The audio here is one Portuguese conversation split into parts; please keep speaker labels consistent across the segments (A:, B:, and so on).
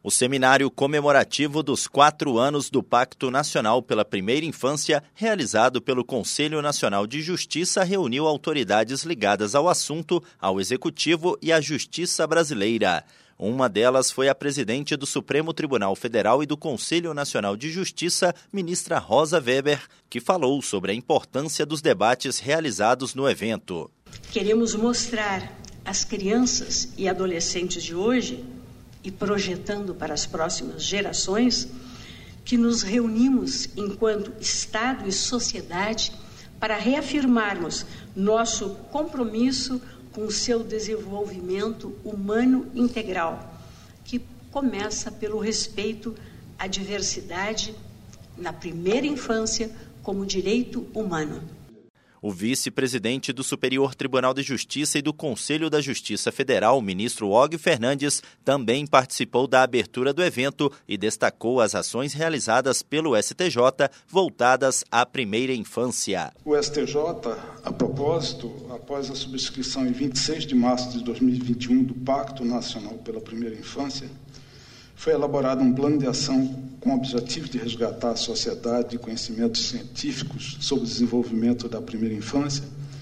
A: O seminário comemorativo dos 4 anos do Pacto Nacional pela Primeira Infância, realizado pelo Conselho Nacional de Justiça, reuniu autoridades ligadas ao assunto, ao Executivo e à Justiça brasileira. Uma delas foi a presidente do Supremo Tribunal Federal e do Conselho Nacional de Justiça, ministra Rosa Weber, que falou sobre a importância dos debates realizados no evento.
B: Queremos mostrar às crianças e adolescentes de hoje, e projetando para as próximas gerações, que nos reunimos enquanto Estado e sociedade para reafirmarmos nosso compromisso com o seu desenvolvimento humano integral, que começa pelo respeito à diversidade na primeira infância como direito humano.
A: O vice-presidente do Superior Tribunal de Justiça e do Conselho da Justiça Federal, o ministro Og Fernandes, também participou da abertura do evento e destacou as ações realizadas pelo STJ voltadas à primeira infância.
C: O STJ, a propósito, após a subscrição em 26 de março de 2021 do Pacto Nacional pela Primeira Infância, foi elaborado um plano de ação com o objetivo de resgatar a sociedade de conhecimentos científicos sobre o desenvolvimento da primeira infância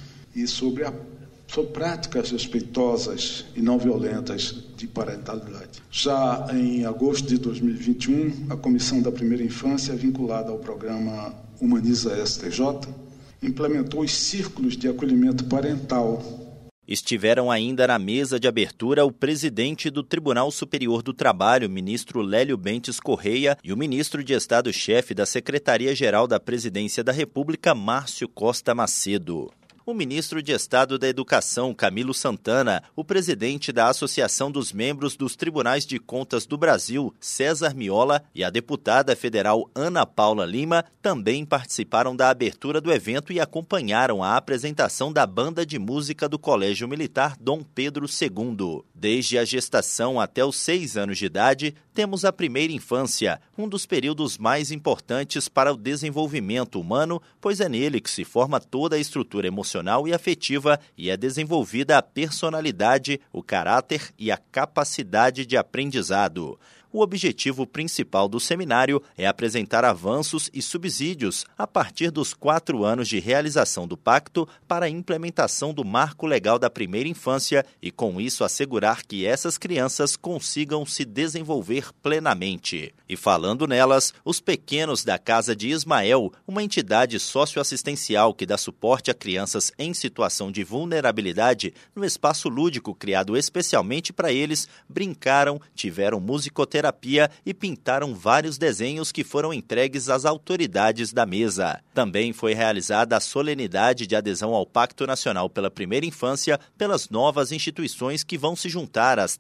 C: e sobre práticas respeitosas e não violentas de parentalidade. Já em agosto de 2021, a Comissão da Primeira Infância, vinculada ao programa Humaniza STJ, implementou os círculos de acolhimento parental.
A: Estiveram ainda na mesa de abertura o presidente do Tribunal Superior do Trabalho, ministro Lélio Bentes Correia, e o ministro de Estado-chefe da Secretaria-Geral da Presidência da República, Márcio Costa Macedo. O ministro de Estado da Educação, Camilo Santana, o presidente da Associação dos Membros dos Tribunais de Contas do Brasil, César Miola, e a deputada federal Ana Paula Lima também participaram da abertura do evento e acompanharam a apresentação da banda de música do Colégio Militar Dom Pedro II. Desde a gestação até os 6 anos de idade, temos a primeira infância, um dos períodos mais importantes para o desenvolvimento humano, pois é nele que se forma toda a estrutura emocional e afetiva e é desenvolvida a personalidade, o caráter e a capacidade de aprendizado. O objetivo principal do seminário é apresentar avanços e subsídios a partir dos 4 anos de realização do pacto para a implementação do marco legal da primeira infância e, com isso, assegurar que essas crianças consigam se desenvolver plenamente. E falando nelas, os pequenos da Casa de Ismael, uma entidade socioassistencial que dá suporte a crianças em situação de vulnerabilidade, no espaço lúdico criado especialmente para eles, brincaram, tiveram musicoterapia e pintaram vários desenhos que foram entregues às autoridades da mesa. Também foi realizada a solenidade de adesão ao Pacto Nacional pela Primeira Infância pelas novas instituições que vão se juntar às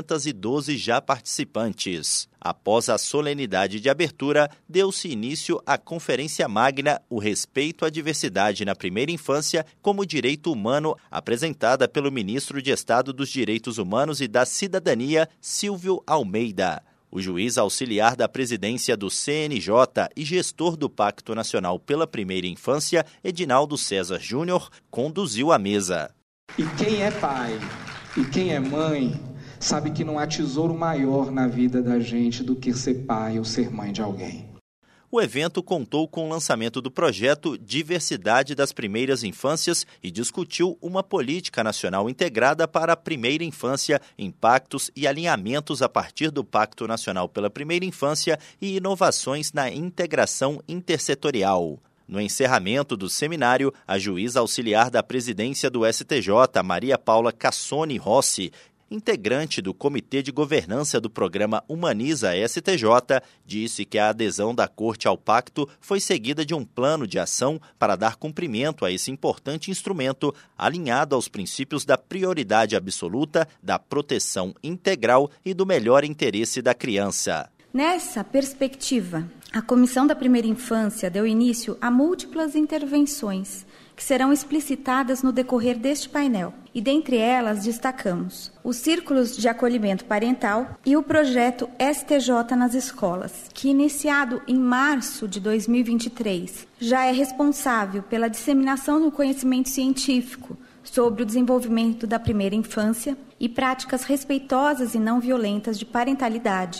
A: 312 já participantes. Após a solenidade de abertura, deu-se início à Conferência Magna O Respeito à Diversidade na Primeira Infância como Direito Humano, apresentada pelo ministro de Estado dos Direitos Humanos e da Cidadania, Silvio Almeida. O juiz auxiliar da presidência do CNJ e gestor do Pacto Nacional pela Primeira Infância, Edinaldo César Júnior, conduziu a mesa.
D: E quem é pai e quem é mãe sabe que não há tesouro maior na vida da gente do que ser pai ou ser mãe de alguém.
A: O evento contou com o lançamento do projeto Diversidade das Primeiras Infâncias e discutiu uma política nacional integrada para a primeira infância, impactos e alinhamentos a partir do Pacto Nacional pela Primeira Infância e inovações na integração intersetorial. No encerramento do seminário, a juíza auxiliar da presidência do STJ, Maria Paula Cassoni Rossi, integrante do Comitê de Governança do programa Humaniza STJ, disse que a adesão da Corte ao pacto foi seguida de um plano de ação para dar cumprimento a esse importante instrumento, alinhado aos princípios da prioridade absoluta, da proteção integral e do melhor interesse da criança.
E: Nessa perspectiva, a Comissão da Primeira Infância deu início a múltiplas intervenções que serão explicitadas no decorrer deste painel. E dentre elas destacamos os círculos de acolhimento parental e o projeto STJ nas escolas, que iniciado em março de 2023, já é responsável pela disseminação do conhecimento científico sobre o desenvolvimento da primeira infância e práticas respeitosas e não violentas de parentalidade,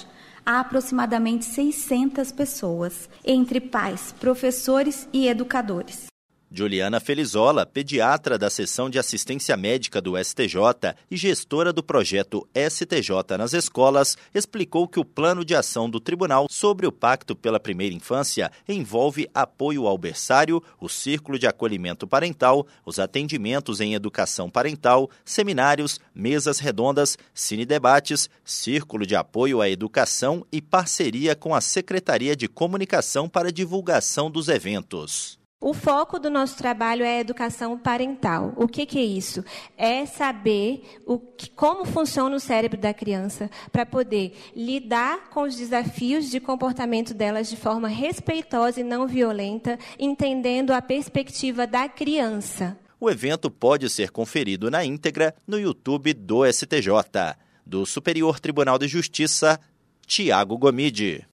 E: a aproximadamente 600 pessoas, entre pais, professores e educadores.
A: Juliana Felizola, pediatra da Seção de Assistência Médica do STJ e gestora do projeto STJ nas escolas, explicou que o plano de ação do tribunal sobre o Pacto pela Primeira Infância envolve apoio ao berçário, o círculo de acolhimento parental, os atendimentos em educação parental, seminários, mesas redondas, cinedebates, círculo de apoio à educação e parceria com a Secretaria de Comunicação para divulgação dos eventos.
F: O foco do nosso trabalho é a educação parental. O que é isso? É saber como funciona o cérebro da criança para poder lidar com os desafios de comportamento delas de forma respeitosa e não violenta, entendendo a perspectiva da criança.
A: O evento pode ser conferido na íntegra no YouTube do STJ. Do Superior Tribunal de Justiça, Tiago Gomide.